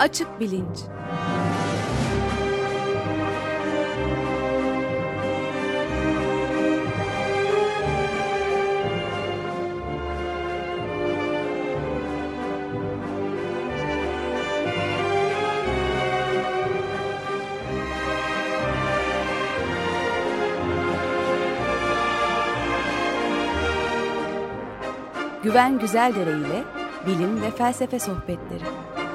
Açık bilinç. Güven Güzeldere ile bilim ve felsefe sohbetleri.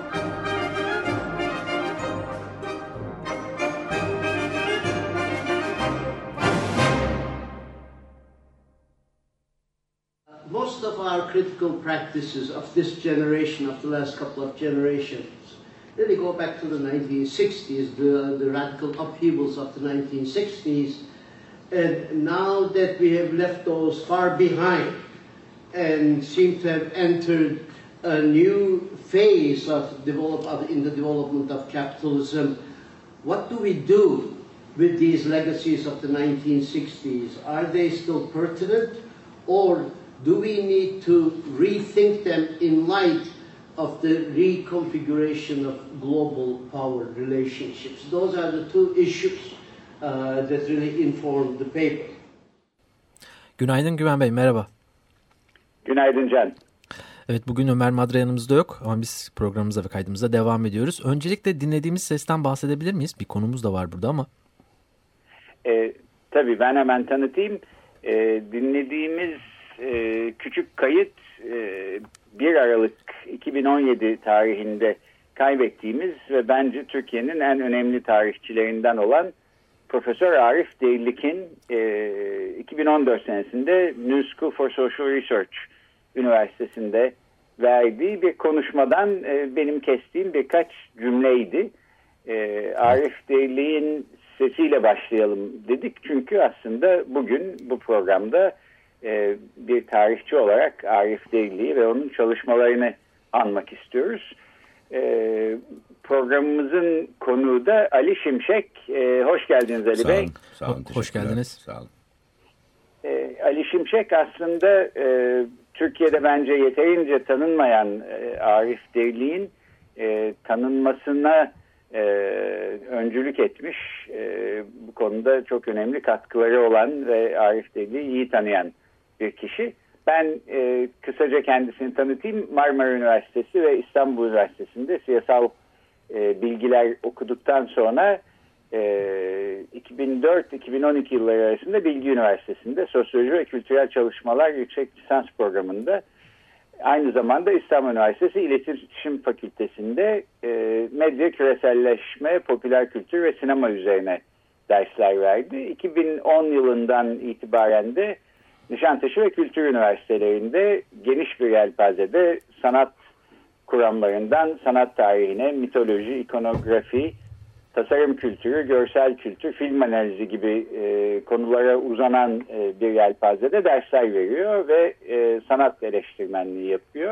Most of our critical practices of this generation, of the last couple of generations, really go back to the 1960s, the radical upheavals of the 1960s. And now that we have left those far behind, and seem to have entered a new phase in the development of capitalism. What do we do with these legacies of the 1960s? Are they still pertinent, or do we need to rethink them in light of the reconfiguration of global power relationships? Those are the two issues that really inform the paper. Günaydın Güven Bey, merhaba. Günaydın Can. Evet, bugün Ömer Madra yanımızda yok ama biz programımıza ve kaydımıza devam ediyoruz. Öncelikle dinlediğimiz sesten bahsedebilir miyiz? Bir konumuz da var burada ama. Tabii ben hemen tanıtayım. Dinlediğimiz küçük kayıt 1 Aralık 2017 tarihinde kaybettiğimiz ve bence Türkiye'nin en önemli tarihçilerinden olan Profesör Arif Deylik'in 2014 senesinde New School for Social Research Üniversitesi'nde verdiği bir konuşmadan benim kestiğim birkaç cümleydi. Arif Deylik'in sesiyle başlayalım dedik. Çünkü aslında bugün bu programda bir tarihçi olarak Arif Deylik'i ve onun çalışmalarını anmak istiyoruz. Programımızın konuğu da Ali Şimşek. Hoş geldiniz Ali Bey. Sağ olun. Hoş geldiniz. Sağ olun. Ali Şimşek aslında Türkiye'de bence yeterince tanınmayan Arif Deylik'in tanınmasına öncülük etmiş. Bu konuda çok önemli katkıları olan ve Arif Deylik'i iyi tanıyan bir kişi. Ben kısaca kendisini tanıtayım. Marmara Üniversitesi ve İstanbul Üniversitesi'nde siyasal bilgiler okuduktan sonra 2004-2012 yılları arasında Bilgi Üniversitesi'nde Sosyoloji ve Kültürel Çalışmalar Yüksek Lisans Programı'nda, aynı zamanda İstanbul Üniversitesi İletişim Fakültesi'nde medya, küreselleşme, popüler kültür ve sinema üzerine dersler verdi. 2010 yılından itibaren de Nişantaşı ve Kültür Üniversitelerinde geniş bir yelpazede sanat kuramlarından sanat tarihine, mitoloji, ikonografi, tasarım kültürü, görsel kültür, film analizi gibi konulara uzanan bir yelpazede dersler veriyor ve sanat eleştirmenliği yapıyor.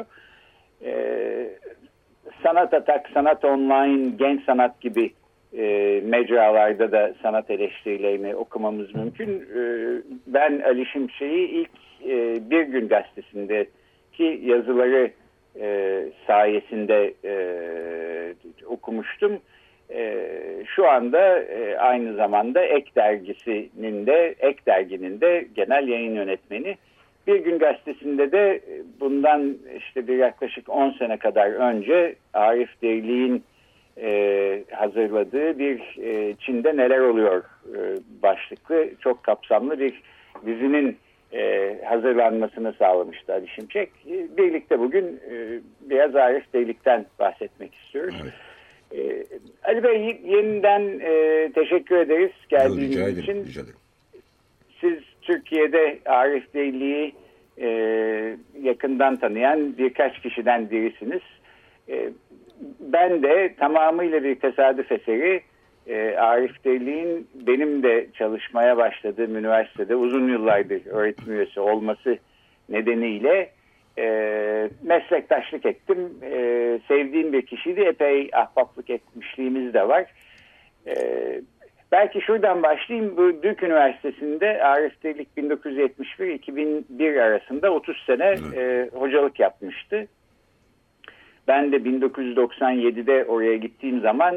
Sanat Atak, Sanat Online, Genç Sanat gibi mecralarda da sanat eleştirilerini okumamız mümkün. Ben Ali Şimşek'i ilk Bir Gün gazetesindeki yazıları sayesinde okumuştum. Şu anda aynı zamanda Ek Dergi'nin de genel yayın yönetmeni. Bir Gün gazetesinde de bundan işte yaklaşık 10 sene kadar önce Arif Deylik'in hazırladığı bir Çin'de Neler Oluyor başlıklı çok kapsamlı bir dizinin hazırlanmasını sağlamıştı Ali Şimşek. Birlikte bugün biraz Arif Deylik'ten bahsetmek istiyoruz. Evet. Ali Bey, yeniden teşekkür ederiz geldiğiniz için. Rica ederim. Siz Türkiye'de Arif Deylik'i yakından tanıyan birkaç kişiden birisiniz. Ben de tamamıyla bir tesadüf eseri Arif Deylik'in benim de çalışmaya başladığım üniversitede uzun yıllardır öğretim üyesi olması nedeniyle meslektaşlık ettim. Sevdiğim bir kişiydi. Epey ahbaplık etmişliğimiz de var. Belki şuradan başlayayım. Bu Dük Üniversitesi'nde Arif Deylik 1971-2001 arasında 30 sene hocalık yapmıştı. ben de 1997'de oraya gittiğim zaman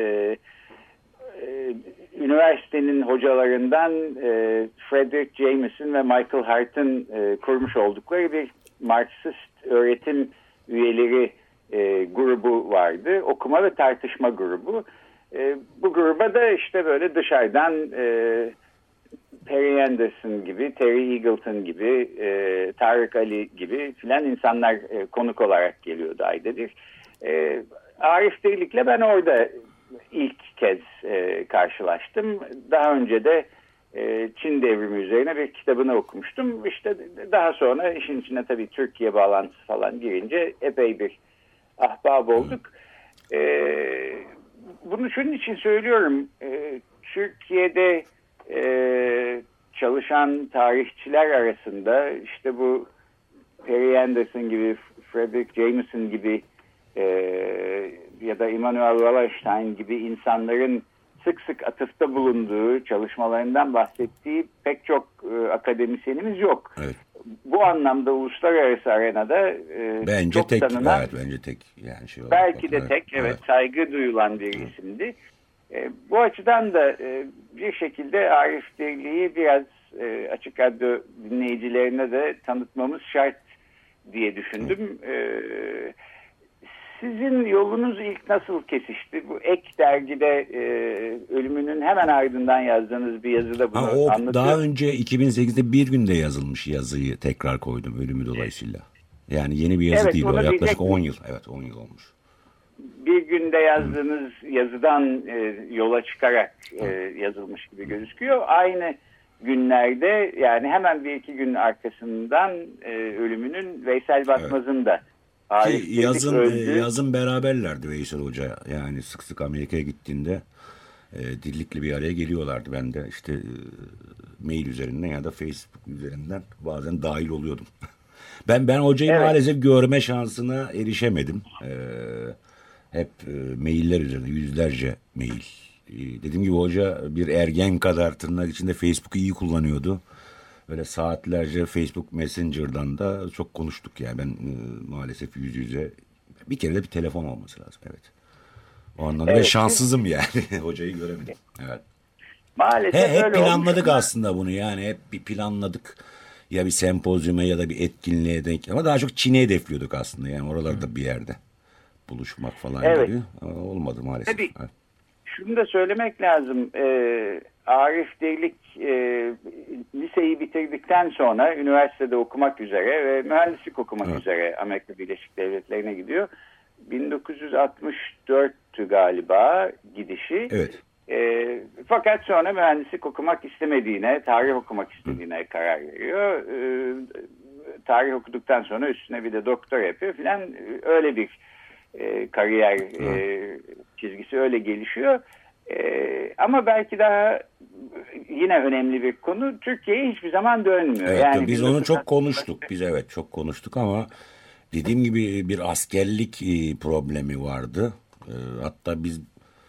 üniversitenin hocalarından Frederick Jameson ve Michael Hart'ın kurmuş oldukları bir Marksist öğretim üyeleri grubu vardı. Okuma ve tartışma grubu. Bu gruba da işte böyle dışarıdan Perry Anderson gibi, Terry Eagleton gibi, Tarık Ali gibi filan insanlar konuk olarak geliyordu ayda bir. Arif Dirlik'le ben orada ilk kez karşılaştım. Daha önce de Çin devrimi üzerine bir kitabını okumuştum. İşte daha sonra işin içine tabii Türkiye bağlantısı falan girince epey bir ahbap olduk. Bunu şunun için söylüyorum. Türkiye'de çalışan tarihçiler arasında işte bu Perry Anderson gibi, Frederick Jameson gibi ya da Immanuel Wallerstein gibi insanların sık sık atıfta bulunduğu, çalışmalarından bahsettiği pek çok akademisyenimiz yok. Evet. Bu anlamda uluslararası arenada bence çok tek, tanınan, evet, bence tek yani şey belki de tek, evet, saygı duyulan bir isimdi. Bu açıdan da bir şekilde Arif Dirlik'i biraz Açık Radyo dinleyicilerine de tanıtmamız şart diye düşündüm. Sizin yolunuz ilk nasıl kesişti? Bu Ek dergide ölümünün hemen ardından yazdığınız bir yazıda bunu anlatıyor. Daha önce 2008'de bir günde yazılmış yazıyı tekrar koydum ölümü dolayısıyla. Yani yeni bir yazı değil o, yaklaşık 10 yıl. Evet, 10 yıl olmuş. Bir günde yazdığınız yazıdan yola çıkarak yazılmış gibi gözüküyor. Aynı günlerde, yani hemen bir iki gün arkasından ölümünün Veysel Batmaz'ın da yazın beraberlerdi Veysel Hoca. Yani sık sık Amerika'ya gittiğinde Dirlik'le bir araya geliyorlardı. Ben de işte mail üzerinden ya da Facebook üzerinden bazen dahil oluyordum. ben hocayı maalesef görme şansına erişemedim. Hep mailler üzerinde, yüzlerce mail. Dediğim gibi hoca bir ergen kadar tırnak içinde Facebook'u iyi kullanıyordu. Böyle saatlerce Facebook Messenger'dan da çok konuştuk yani. Ben maalesef yüz yüze bir kere de bir telefon olması lazım. Evet. O anlamda ben şanssızım yani. Hocayı göremedim. Evet. Maalesef hep planladık aslında bunu yani. Hep bir planladık. Ya bir sempozyuma ya da bir etkinliğe denk. Ama daha çok Çin'e hedefliyorduk aslında. Yani oralarda bir yerde buluşmak falan gibi. Ama olmadı maalesef. Tabii. Evet. Şunu da söylemek lazım. Arif Dirlik liseyi bitirdikten sonra üniversitede okumak üzere ve mühendislik okumak üzere Amerika Birleşik Devletleri'ne gidiyor. 1964'tü galiba gidişi. Evet. Fakat sonra mühendislik okumak istemediğine, tarih okumak istediğine karar veriyor. Tarih okuduktan sonra üstüne bir de doktora yapıyor filan. Öyle bir kariyer çizgisi öyle gelişiyor. Ama belki daha yine önemli bir konu, Türkiye'ye hiçbir zaman dönmüyor. Evet, yani biz onu çok konuştuk. Çok konuştuk ama dediğim gibi bir askerlik problemi vardı. Hatta biz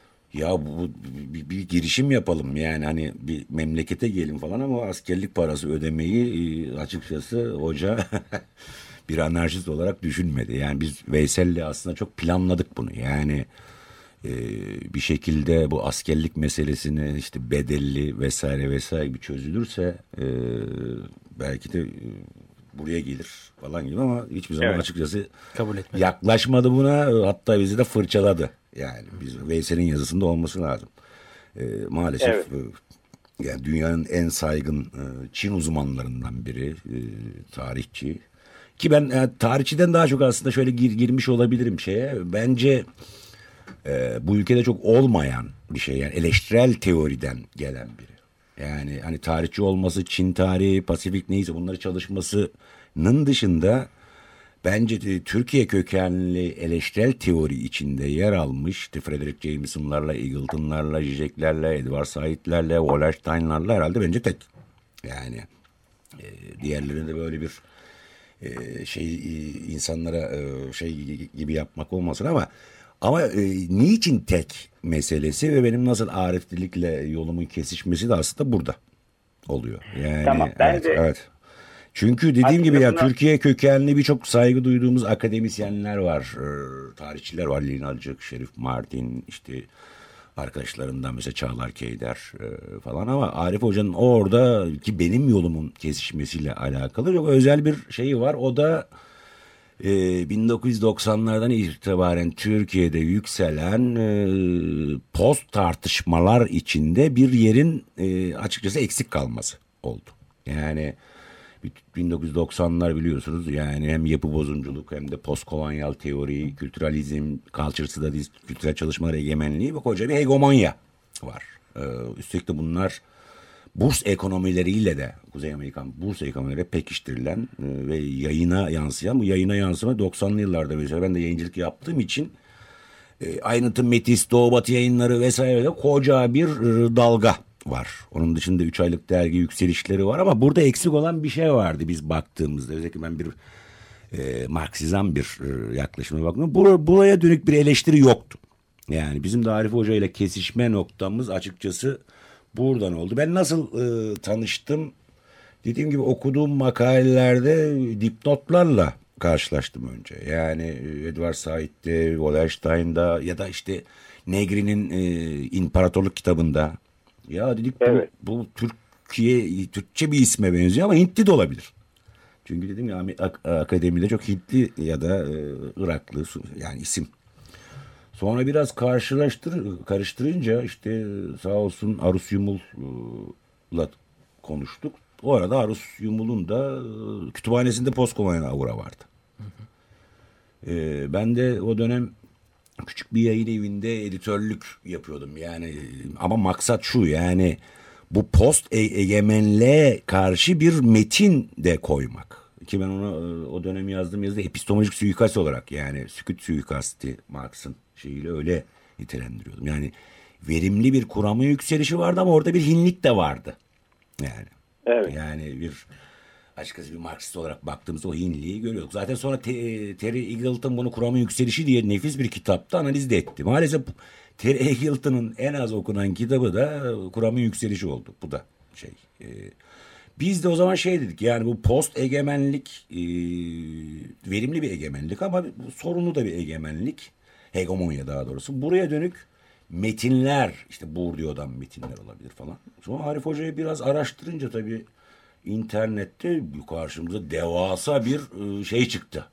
bir girişim yapalım yani hani bir memlekete gelin falan ama askerlik parası ödemeyi açıkçası hoca bir anarşist olarak düşünmedi. Yani biz Veysel'le aslında çok planladık bunu. Yani bir şekilde bu askerlik meselesini işte bedelli vesaire bir çözülürse belki de buraya gelir falan gibi ama hiçbir zaman açıkçası kabul etmedi. Yaklaşmadı buna, hatta bizi de fırçaladı. Yani biz Veysel'in yazısında olması lazım. Maalesef yani dünyanın en saygın Çin uzmanlarından biri, tarihçi. Ki ben tarihçiden daha çok aslında şöyle girmiş olabilirim şeye. Bence bu ülkede çok olmayan bir şey. Yani eleştirel teoriden gelen biri. Yani hani tarihçi olması, Çin tarihi, Pasifik neyse bunları çalışmasının dışında bence Türkiye kökenli eleştirel teori içinde yer almış. İşte Frederick Jameson'larla, Eagleton'larla, Zizek'lerle, Edward Said'lerle, Wallerstein'larla herhalde bence tek. Yani diğerlerinde böyle bir insanlara gibi yapmak olmasın ama niçin tek meselesi ve benim nasıl Arif Dirlik'le yolumun kesişmesi de aslında burada oluyor. Yani tamam, evet. Çünkü dediğim gibi ya buna... Türkiye kökenli birçok saygı duyduğumuz akademisyenler var. Tarihçiler var. Linalcık, Şerif Mardin, işte arkadaşlarından mesela Çağlar Keyder falan, ama Arif Hoca'nın orada ki benim yolumun kesişmesiyle alakalı çok özel bir şeyi var. O da 1990'lardan itibaren Türkiye'de yükselen post tartışmalar içinde bir yerin açıkçası eksik kalması oldu. Yani 1990'lar biliyorsunuz, yani hem yapı bozumculuk hem de postkolonyal teori, kültüralizm, culture studies, kültürel çalışmalar egemenliği ve koca bir hegemonya var. Üstelik de bunlar burs ekonomileriyle de, Kuzey Amerikan burs ekonomileriyle pekiştirilen ve yayına yansıyan, bu yayına yansıma 90'lı yıllarda mesela ben de yayıncılık yaptığım için Ayrıntı, Metis, Doğu Batı Yayınları vesaire koca bir dalga var. Onun dışında 3 aylık dergi yükselişleri var, ama burada eksik olan bir şey vardı biz baktığımızda. Özellikle ben bir Marksizan bir yaklaşıma baktım. Buraya dönük bir eleştiri yoktu. Yani bizim de Arif Hoca ile kesişme noktamız açıkçası buradan oldu. Ben nasıl tanıştım? Dediğim gibi okuduğum makalelerde dipnotlarla karşılaştım önce. Yani Edward Said'de, Wallerstein'da ya da işte Negri'nin İmparatorluk kitabında. Ya dedik evet, bu Türkçe bir isme benziyor ama Hintli de olabilir. Çünkü dedim ya akademide çok Hintli ya da Iraklı yani isim. Sonra biraz karıştırınca işte sağ olsun Arus Yumul'la konuştuk. O arada Arus Yumul'un da kütüphanesinde postkolonyal aura vardı. Ben de o dönem küçük bir yayın evinde editörlük yapıyordum. Yani ama maksat şu, yani bu post egemenliğe karşı bir metin de koymak. Ki ben ona o dönem yazdığım yazıda epistemolojik suikast olarak, yani sükût suikasti Marx'ın şeyiyle öyle nitelendiriyordum. Yani verimli bir kuramın yükselişi vardı ama orada bir hinlik de vardı. Yani evet, yani bir açıkçası bir Marksist olarak baktığımızda o hinliği görüyorduk. Zaten sonra Terry Eagleton bunu kuramın yükselişi diye nefis bir kitapta analiz de etti. Maalesef Terry Eagleton'ın en az okunan kitabı da kuramın yükselişi oldu. Bu da şey. Biz de o zaman şey dedik, yani bu post egemenlik verimli bir egemenlik ama sorunlu da bir egemenlik. Hegemonya daha doğrusu. Buraya dönük metinler, işte Bourdieu'dan metinler olabilir falan. Sonra Arif Hoca'yı biraz araştırınca tabii internette karşımıza devasa bir şey çıktı.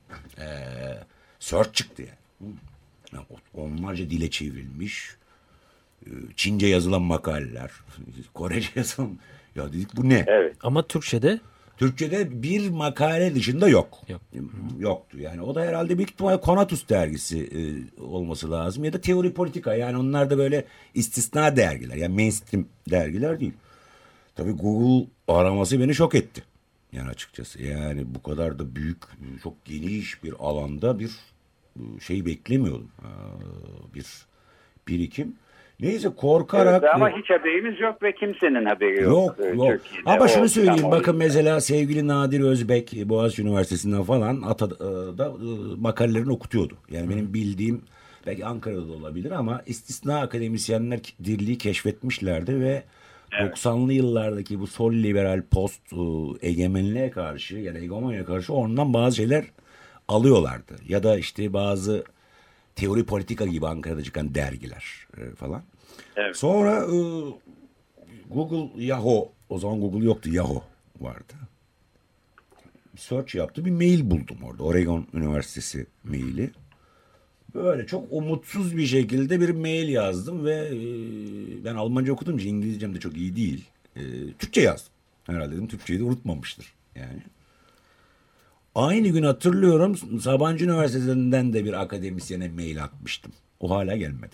Search çıktı yani. Onlarca dile çevrilmiş. Çince yazılan makaleler. Korece yazılan. Ya dedik bu ne? Evet. Ama Türkçe'de bir makale dışında yoktu. Yani o da herhalde büyük ihtimalle Konatus dergisi olması lazım ya da Teori Politika. Yani onlar da böyle istisna dergiler. Yani mainstream dergiler değil. Tabii Google araması beni şok etti. Yani açıkçası. Yani bu kadar da büyük, çok geniş bir alanda bir şey beklemiyordum. Bir birikim. Neyse korkarak... Evet, ama hiç haberimiz yok ve kimsenin haberi yok. Yok. Ama şunu söyleyeyim. Bakın mesela sevgili Nadir Özbek Boğaziçi Üniversitesi'nden falan Ata'da makalelerini okutuyordu. Yani benim bildiğim, belki Ankara'da da olabilir ama istisna akademisyenler dirliği keşfetmişlerdi ve 90'lı yıllardaki bu sol liberal post egemenliğe karşı, yani hegemonyaya karşı ondan bazı şeyler alıyorlardı. Ya da işte bazı Teori Politika gibi Ankara'da çıkan dergiler falan. Evet. Sonra Google, Yahoo, o zaman Google yoktu, Yahoo vardı. Search yaptı, bir mail buldum orada. Oregon Üniversitesi maili. Böyle çok umutsuz bir şekilde bir mail yazdım ve ben Almanca okuduğum için İngilizcem de çok iyi değil. Türkçe yazdım. Herhalde dedim Türkçeyi de unutmamıştır yani. Aynı gün hatırlıyorum, Sabancı Üniversitesi'nden de bir akademisyene mail atmıştım. O hala gelmedi.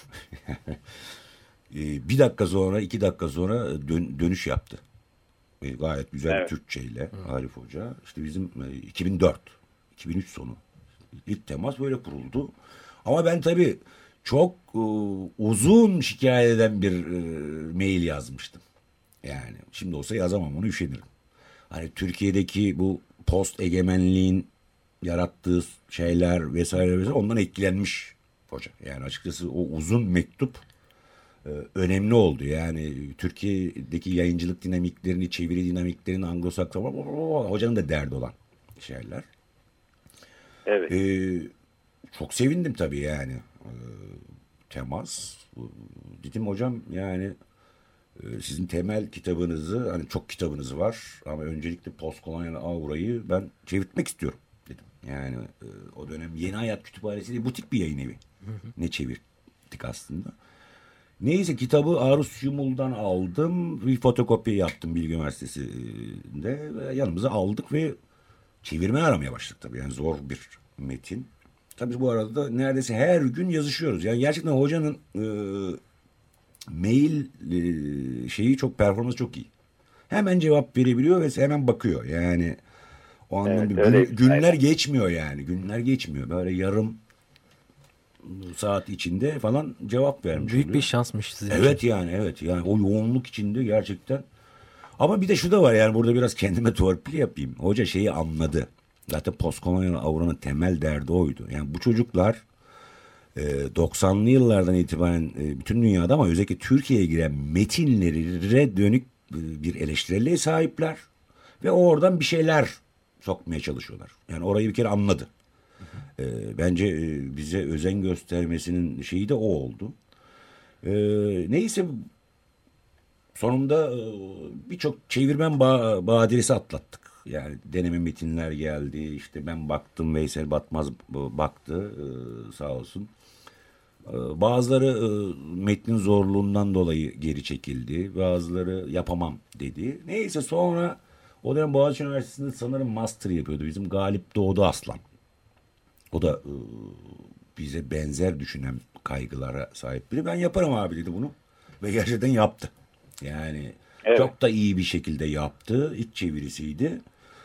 Bir dakika sonra, 2 dakika sonra dönüş yaptı. Gayet güzel bir Türkçeyle Arif Hoca. İşte bizim 2004, 2003 sonu ilk temas böyle kuruldu. Ama ben tabii çok uzun şikayet eden bir mail yazmıştım. Yani şimdi olsa yazamam, onu üşenirim. Hani Türkiye'deki bu post egemenliğin yarattığı şeyler vesaire ondan etkilenmiş hoca. Yani açıkçası o uzun mektup önemli oldu. Yani Türkiye'deki yayıncılık dinamiklerini, çeviri dinamiklerini, Anglo-Sakson hocanın da derdi olan şeyler. Evet. Çok sevindim tabii yani. Temas. Dedim hocam yani sizin temel kitabınızı, hani çok kitabınız var ama öncelikle postkolonyal aurayı ben çevirtmek istiyorum dedim. Yani o dönem Yeni Hayat Kütüphanesi diye butik bir yayın evi. Ne çevirdik aslında. Neyse kitabı Arus Yumul'dan aldım. Bir fotokopi yaptım Bilgi Üniversitesi'nde. Yanımıza aldık ve çevirme aramaya başladık tabii. Yani zor bir metin. Tabii bu arada da neredeyse her gün yazışıyoruz. Yani gerçekten hocanın mail şeyi çok, performansı çok iyi. Hemen cevap verebiliyor ve hemen bakıyor. Yani o anlamda günler geçmiyor yani. Günler geçmiyor. Böyle yarım saat içinde falan cevap vermiş. Büyük bir şansmış sizin için. Evet yani o yoğunluk içinde gerçekten. Ama bir de şu da var yani burada biraz kendime torpil yapayım. Hoca şeyi anladı. Zaten postkolonyal auranın temel derdi oydu. Yani bu çocuklar 90'lı yıllardan itibaren bütün dünyada ama özellikle Türkiye'ye giren metinlere dönük bir eleştireliğe sahipler. Ve oradan bir şeyler sokmaya çalışıyorlar. Yani orayı bir kere anladı. Bence bize özen göstermesinin şeyi de o oldu. Neyse sonunda birçok çevirmen badiresi atlattık. Yani deneme metinler geldi. İşte ben baktım, Veysel Batmaz baktı sağ olsun. Bazıları metnin zorluğundan dolayı geri çekildi. Bazıları yapamam dedi. Neyse sonra o dönem Boğaziçi Üniversitesi'nde sanırım master yapıyordu. Bizim Galip Doğdu Aslan. O da bize benzer düşünen kaygılara sahip biri. Ben yaparım abi dedi bunu. Ve gerçekten yaptı. Yani çok da iyi bir şekilde yaptı. İlk çevirisiydi.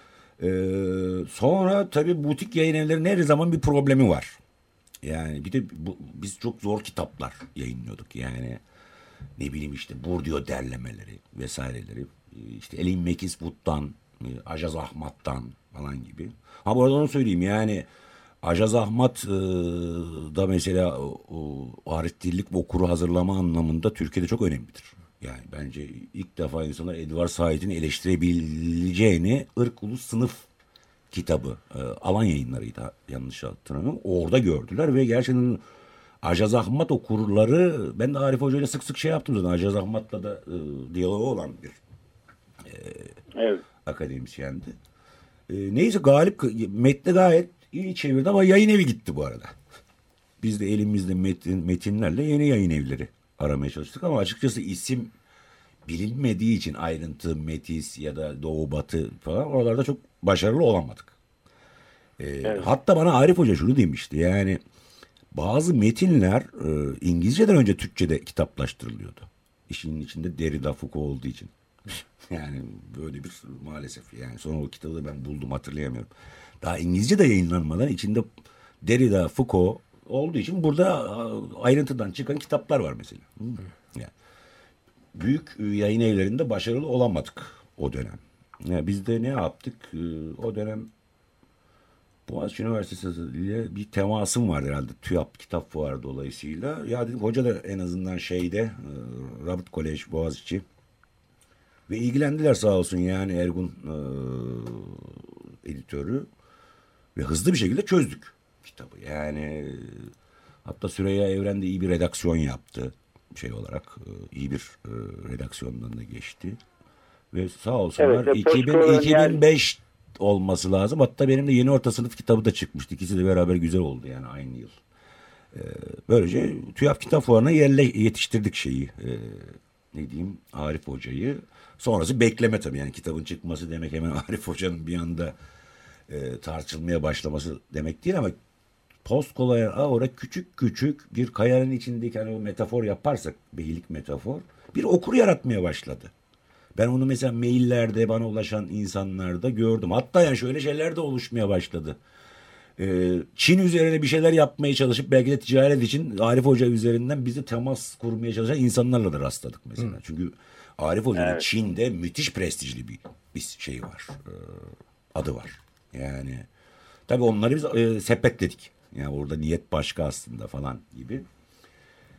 Sonra tabii butik yayın evlerinin her zaman bir problemi var. Yani bir de biz çok zor kitaplar yayınlıyorduk. Yani ne bileyim işte Bourdieu derlemeleri vesaireleri. İşte Elin Mekiswood'dan, Ajaz Ahmad'dan falan gibi. Ha bu arada onu söyleyeyim yani Ajaz Ahmad da mesela Arif Dirlik ve okuru hazırlama anlamında Türkiye'de çok önemlidir. Yani bence ilk defa insanlar Edward Said'in eleştirebileceğini ırk, ulus, sınıf kitabı Alan Yayınları'ydı yanlış hatırlamıyorum. Orada gördüler ve gerçekten Ajaz Ahmad okurları, ben de Arif Hoca ile sık sık şey yaptım zaten. Ajaz Ahmad'la da diyaloğu olan bir akademisyendi. Neyse Galip metni gayet iyi çevirdi ama yayın evi gitti bu arada. Biz de elimizde metinlerle yeni yayın evleri aramaya çalıştık ama açıkçası isim bilinmediği için ayrıntı, Metis ya da Doğu Batı falan oralarda çok başarılı olamadık. Hatta bana Arif Hoca şunu demişti yani bazı metinler İngilizceden önce Türkçe'de kitaplaştırılıyordu. İşin içinde Derrida, Foucault olduğu için. Yani böyle bir maalesef yani sonra o kitabı da ben buldum hatırlayamıyorum. Daha İngilizce de yayınlanmadan içinde Derrida, Foucault olduğu için burada ayrıntıdan çıkan kitaplar var mesela. Yani büyük yayın evlerinde başarılı olamadık o dönem. Yani biz de ne yaptık? O dönem Boğaziçi Üniversitesi ile bir temasım vardı herhalde. TÜYAP kitap fuarı dolayısıyla. Ya dedim hoca da en azından şeyde Robert College Boğaziçi ve ilgilendiler sağ olsun yani Ergun editörü ve hızlı bir şekilde çözdük kitabı. Yani hatta Süreyya Evren de iyi bir redaksiyon yaptı şey olarak iyi bir redaksiyondan da geçti ve sağ olsunlar 2005 olması lazım. Hatta benim de Yeni Orta Sınıf kitabı da çıkmıştı. İkisi de beraber güzel oldu yani aynı yıl. Böylece TÜYAP Kitap Fuarı'na yetiştirdik şeyi. Ne diyeyim Arif Hoca'yı. Sonrası bekleme tabii yani kitabın çıkması demek hemen Arif Hoca'nın bir anda tartışılmaya başlaması demek değil ama postkolonyal aura küçük küçük bir kayanın içindeki hani o metafor yaparsak beylik metafor bir okur yaratmaya başladı. Ben onu mesela maillerde bana ulaşan insanlarda gördüm. Hatta yani şöyle şeyler de oluşmaya başladı. Çin üzerine bir şeyler yapmaya çalışıp belki de ticaret için Arif Hoca üzerinden bizi temas kurmaya çalışan insanlarla da rastladık mesela. Çünkü Arif Hoca'nın Çin'de müthiş prestijli bir şey var. Adı var. Yani tabii onları biz sepetledik. Yani orada niyet başka aslında falan gibi.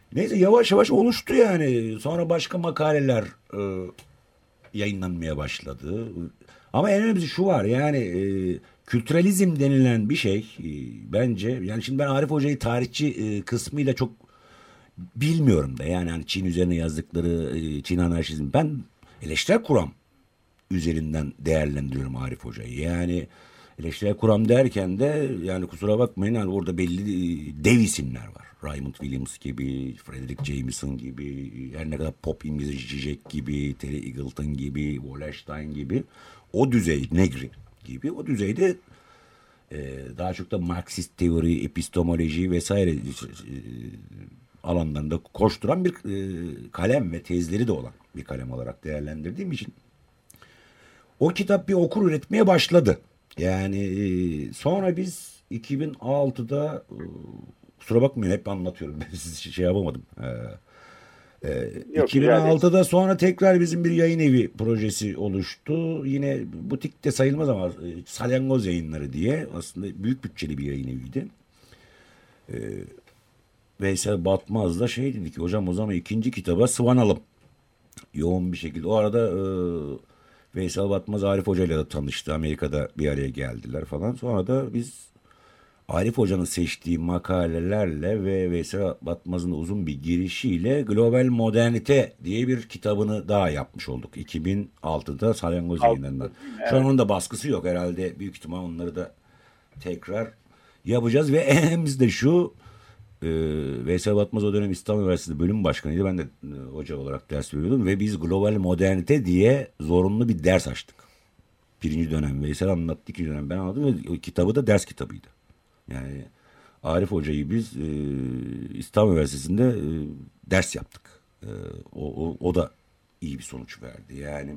Neyse yavaş yavaş oluştu yani. Sonra başka makaleler yayınlanmaya başladı. Ama en önemlisi şu var yani kültüralizm denilen bir şey bence yani şimdi ben Arif Hoca'yı tarihçi kısmıyla çok bilmiyorum da yani hani Çin üzerine yazdıkları Çin anarşizm ben eleştirel kuram üzerinden değerlendiriyorum Arif Hoca'yı. Yani eleştirel kuram derken de yani kusura bakmayın yani orada belli dev isimler var. Raymond Williams gibi, Frederick Jameson gibi, her ne kadar Pop İngiliz Zizek gibi, Terry Eagleton gibi, Wallerstein gibi o düzey, Negri gibi o düzeyde daha çok da Marksist teori, epistemoloji vesaire alanlarında koşturan bir kalem ve tezleri de olan bir kalem olarak değerlendirdiğim için o kitap bir okur üretmeye başladı. Yani sonra biz 2006'da kusura bakmayın hep anlatıyorum ben size şey yapamadım. Yok, 2006'da sonra tekrar bizim bir yayın evi projesi oluştu. Yine butikte sayılmaz ama Salyangoz Yayınları diye aslında büyük bütçeli bir yayın eviydi. Veysel Batmaz da şey dedi ki hocam o zaman ikinci kitaba sıvanalım. Yoğun bir şekilde. O arada Veysel Batmaz Arif Hoca ile de tanıştı. Amerika'da bir araya geldiler falan. Sonra da biz Arif Hoca'nın seçtiği makalelerle ve Veysel Batmaz'ın uzun bir girişiyle Global Modernite diye bir kitabını daha yapmış olduk. 2006'da Salyangoz Yayınları'ndan. Evet. Şu an onun da baskısı yok. Herhalde büyük ihtimal onları da tekrar yapacağız. Ve en önemlisi de şu Veysel Batmaz o dönem İstanbul Üniversitesi bölüm başkanıydı. Ben de hoca olarak ders veriyordum. Ve biz Global Modernite diye zorunlu bir ders açtık. Birinci dönem Veysel anlattı. İkinci dönem ben anlattım. Ve o kitabı da ders kitabıydı. Yani Arif Hoca'yı biz İstanbul Üniversitesi'nde ders yaptık. O da iyi bir sonuç verdi. Yani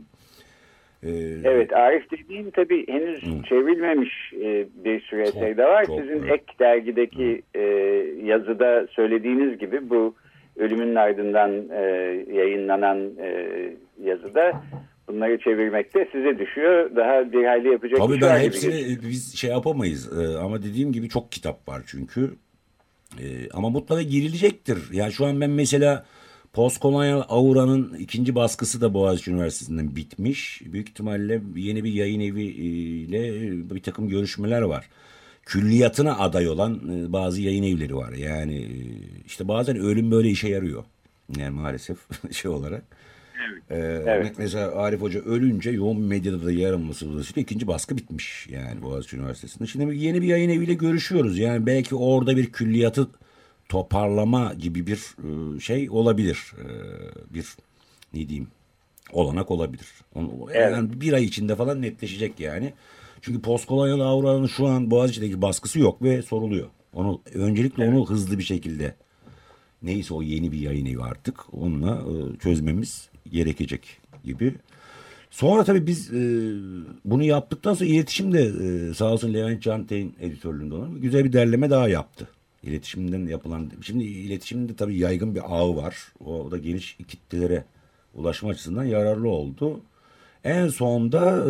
evet Arif dediğin tabii henüz çevrilmemiş bir sürü eser de var. Sizin Ek dergideki yazıda söylediğiniz gibi bu ölümünün ardından yayınlanan yazıda bunları çevirmekte size düşüyor. Daha bir hayli yapacak tabii bir şey var. Tabii ben hepsini biz şey yapamayız. Ama dediğim gibi çok kitap var çünkü. Ama mutlaka girilecektir. Yani şu an ben mesela Postkolonyal Aura'nın ikinci baskısı da Boğaziçi Üniversitesi'nden bitmiş. Büyük ihtimalle yeni bir yayın eviyle bir takım görüşmeler var. Külliyatına aday olan bazı yayın evleri var. Yani işte bazen ölüm böyle işe yarıyor. Yani maalesef şey olarak. Evet. Mesela Arif Hoca ölünce yoğun medyada da yer alması dolayısıyla ikinci baskı bitmiş. Yani Boğaziçi Üniversitesi'nde. Şimdi yeni bir yayın eviyle görüşüyoruz. Yani belki orada bir külliyatı toparlama gibi bir şey olabilir. Bir ne diyeyim olanak olabilir. Evet. Yani bir ay içinde falan netleşecek yani. Çünkü postkolonyal Aura'nın şu an Boğaziçi'deki baskısı yok ve soruluyor. Öncelikle onu hızlı bir şekilde neyse o yeni bir yayın evi artık onunla çözmemiz gerekecek gibi. Sonra tabii biz bunu yaptıktan sonra iletişimde sağ olsun Levent Cante'nin editörlüğünde olan güzel bir derleme daha yaptı. İletişimden yapılan. Şimdi iletişimde tabii yaygın bir ağı var. O da geniş kitlelere ulaşma açısından yararlı oldu. En sonda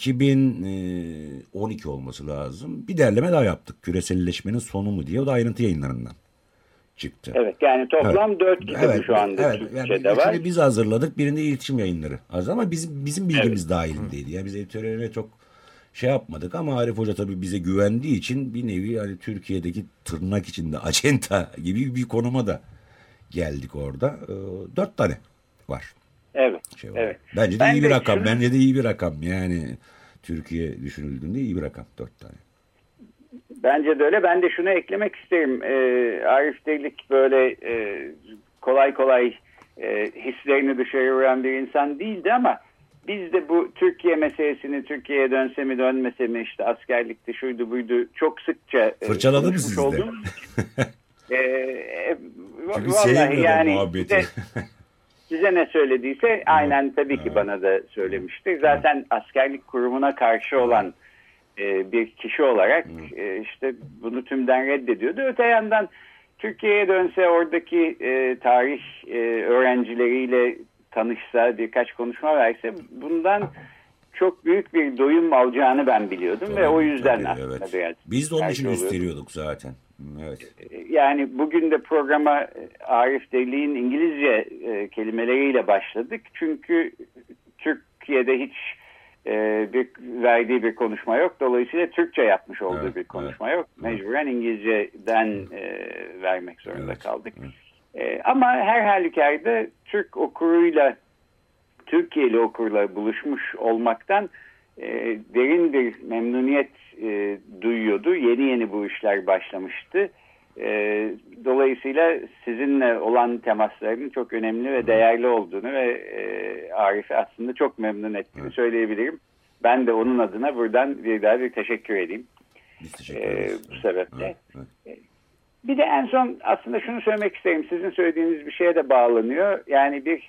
2012 olması lazım. Bir derleme daha yaptık. Küreselleşmenin sonu mu diye. O da ayrıntı yayınlarından çıktı. Evet yani toplam 4 kitabı şu anda Türkçe'de yani var. Üçünü biz hazırladık. Birinde iletişim yayınları. Ama bizim bilgimiz dahilindeydi. Yani biz editörlerine çok şey yapmadık ama Arif Hoca tabii bize güvendiği için bir nevi yani Türkiye'deki tırnak içinde acenta gibi bir konuma da geldik orada. 4 tane var. Evet. Şey var. Evet. Bence de iyi bir rakam. Bence de iyi bir rakam. Yani Türkiye düşünüldüğünde iyi bir rakam. 4 tane. Bence de öyle. Ben de şunu eklemek isterim. Arif Delik böyle kolay kolay hislerini dışarı vuran bir insan değildi ama biz de bu Türkiye meselesini Türkiye'ye dönse mi dönmese mi işte askerlikti şuydu buydu çok sıkça fırçaladı mı sizi de? Vallahi yani size ne söylediyse aynen tabii ki bana da söylemişti. Zaten askerlik kurumuna karşı olan bir kişi olarak işte bunu tümden reddediyordu. Öte yandan Türkiye'ye dönse oradaki tarih öğrencileriyle tanışsa birkaç konuşma verse bundan çok büyük bir doyum alacağını ben biliyordum ve o yüzden aslında biraz biz de onun için üsteliyorduk zaten. Evet. Yani bugün de programa Arif Deli'nin İngilizce kelimeleriyle başladık. Çünkü Türkiye'de hiç verdiği bir konuşma yok. Dolayısıyla Türkçe yapmış olduğu bir konuşma yok. Mecburen İngilizceden vermek zorunda kaldık. Ama her halükarda Türk okuruyla, Türkiye'li okurla buluşmuş olmaktan derin bir memnuniyet duyuyordu. Yeni bu işler başlamıştı. Dolayısıyla sizinle olan temasların çok önemli ve değerli olduğunu ve Arif'i aslında çok memnun ettiğini söyleyebilirim. Ben de onun adına buradan bir teşekkür edeyim. Biz teşekkür ederiz. Bu sebeple. Bir de en son aslında şunu söylemek isterim. Sizin söylediğiniz bir şeye de bağlanıyor. Yani bir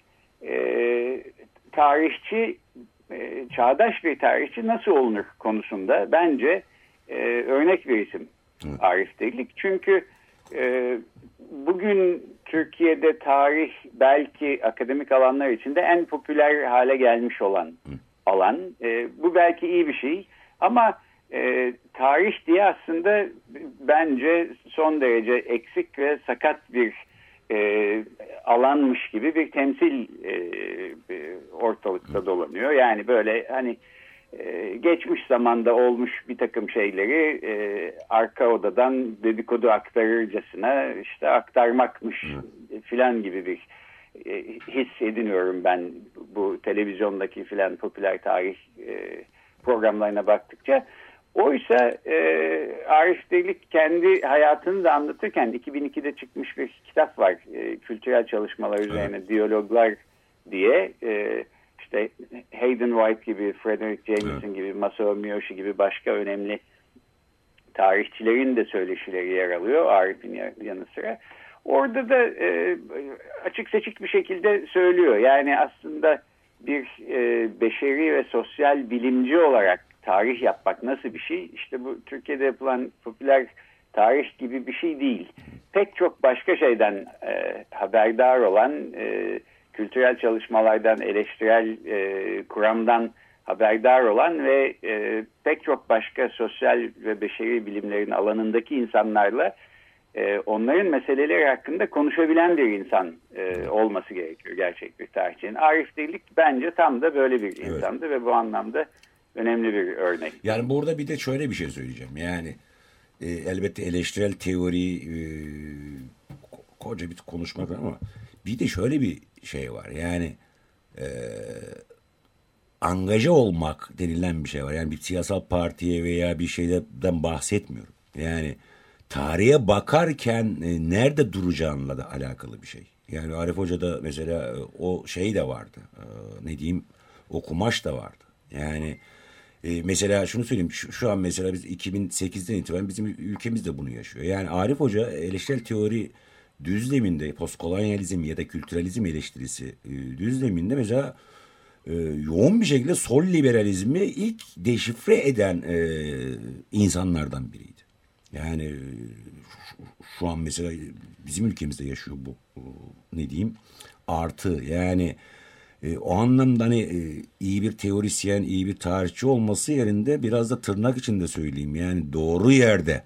tarihçi, çağdaş bir tarihçi nasıl olunur konusunda bence örnek bir isim Arif Delik. Çünkü bugün Türkiye'de tarih belki akademik alanlar içinde en popüler hale gelmiş olan alan. Bu belki iyi bir şey ama tarih diye aslında bence son derece eksik ve sakat bir alanmış gibi bir temsil ortalıkta dolanıyor. Yani böyle hani geçmiş zamanda olmuş bir takım şeyleri arka odadan dedikodu aktarırcasına işte aktarmakmış filan gibi bir his ediniyorum ben bu televizyondaki filan popüler tarih programlarına baktıkça. Oysa Arif Delik kendi hayatını da anlatırken 2002'de çıkmış bir kitap var. Kültürel çalışmalar üzerine diyaloglar diye. İşte Hayden White gibi, Frederick Jameson gibi, Masao Miyoshi gibi başka önemli tarihçilerin de söyleşileri yer alıyor Arif'in yanı sıra. Orada da açık seçik bir şekilde söylüyor. Yani aslında bir beşeri ve sosyal bilimci olarak tarih yapmak nasıl bir şey? İşte bu Türkiye'de yapılan popüler tarih gibi bir şey değil. Pek çok başka şeyden haberdar olan, kültürel çalışmalardan, eleştirel kuramdan haberdar olan ve pek çok başka sosyal ve beşeri bilimlerin alanındaki insanlarla onların meseleleri hakkında konuşabilen bir insan olması gerekiyor gerçek bir tarihçinin. Arif Delik bence tam da böyle bir insandı ve bu anlamda önemli bir örnek. Yani burada bir de şöyle bir şey söyleyeceğim. Yani elbette eleştirel teori koca bir konuşmak ama bir de şöyle bir şey var. Yani angaja olmak denilen bir şey var. Yani bir siyasal partiye veya bir şeyden bahsetmiyorum. Yani tarihe bakarken nerede duracağınla da alakalı bir şey. Yani Arif Hoca'da mesela o şey de vardı. Ne diyeyim? O kumaş da vardı. Yani mesela şunu söyleyeyim. Şu an mesela biz 2008'den itibaren bizim ülkemiz de bunu yaşıyor. Yani Arif Hoca eleştirel teori düzleminde postkolonyalizm ya da kültüralizm eleştirisi düzleminde mesela yoğun bir şekilde sol liberalizmi ilk deşifre eden insanlardan biriydi. Yani şu an mesela bizim ülkemizde yaşıyor bu ne diyeyim artı yani o anlamda hani iyi bir teorisyen, iyi bir tarihçi olması yerinde biraz da tırnak içinde söyleyeyim yani doğru yerde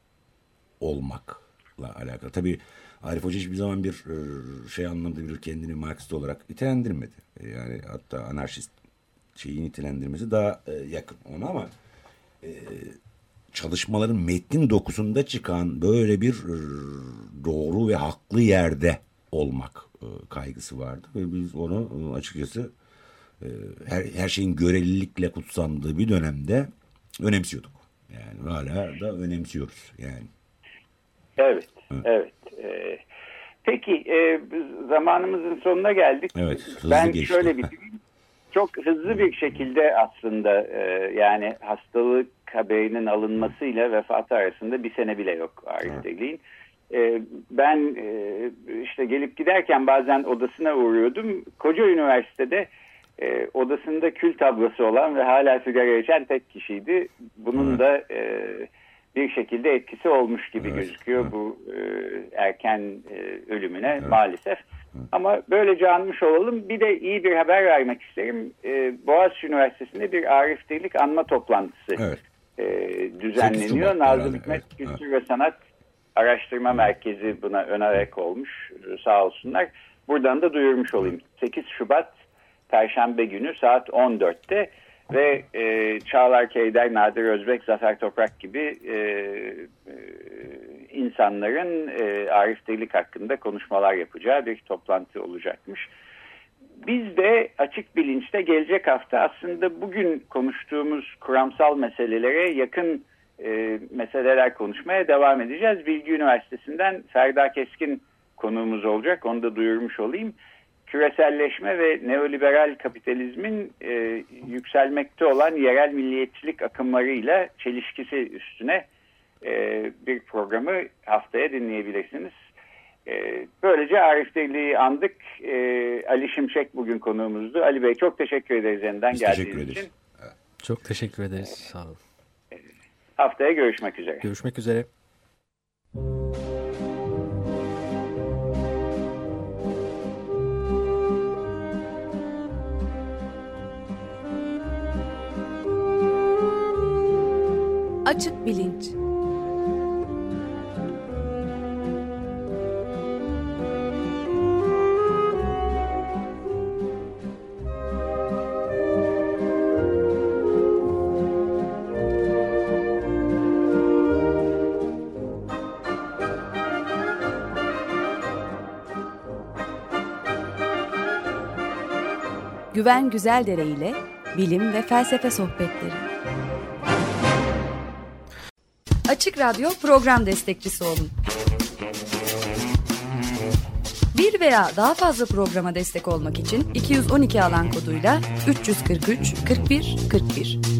olmakla alakalı. Tabii Arif Hoca hiçbir zaman bir şey anlamda bir kendini Marksist olarak nitelendirmedi. Yani hatta anarşist şeyi nitelendirmesi daha yakın ona ama çalışmaların metnin dokusunda çıkan böyle bir doğru ve haklı yerde olmak kaygısı vardı. Ve biz onu açıkçası her şeyin görelilikle kutsandığı bir dönemde önemsiyorduk. Yani hala da önemsiyoruz yani. Evet, evet. Peki zamanımızın sonuna geldik. Evet, hızlı ben geçti. Şöyle bitireyim. Çok hızlı bir şekilde aslında yani hastalık haberinin alınmasıyla vefatı arasında bir sene bile yok Arif Delik'in. Ben işte gelip giderken bazen odasına uğruyordum. Koca üniversitede odasında kül tablosu olan ve hala sigara içen tek kişiydi. Bunun da bir şekilde etkisi olmuş gibi gözüküyor bu erken ölümüne maalesef. Ama böylece anmış olalım. Bir de iyi bir haber vermek isterim. Boğaziçi Üniversitesi'nde bir Arif Delik anma toplantısı düzenleniyor. Nazım Hikmet Kültür ve Sanat Araştırma Merkezi buna ön ayak olmuş, sağ olsunlar. Buradan da duyurmuş olayım. 8 Şubat Perşembe günü saat 14'te ve Çağlar Keyder, Nadir Özbek, Zafer Toprak gibi insanların Arif Delik hakkında konuşmalar yapacağı bir toplantı olacakmış. Biz de Açık Bilinç'te gelecek hafta aslında bugün konuştuğumuz kuramsal meselelere yakın meseleler konuşmaya devam edeceğiz. Bilgi Üniversitesi'nden Ferda Keskin konuğumuz olacak. Onu da duyurmuş olayım. Küreselleşme ve neoliberal kapitalizmin yükselmekte olan yerel milliyetçilik akımlarıyla çelişkisi üstüne bir programı haftaya dinleyebilirsiniz. Böylece Arif Delik'i andık. Ali Şimşek bugün konuğumuzdu. Ali Bey çok teşekkür ederiz yeniden geldiğiniz için. Çok teşekkür ederiz. Sağ olun. Haftaya görüşmek üzere. Görüşmek üzere. Açık Bilinç. Güven Güzeldere ile bilim ve felsefe sohbetleri. Açık Radyo program destekçisi olun. Bir veya daha fazla programa destek olmak için 212 alan koduyla 343 41 41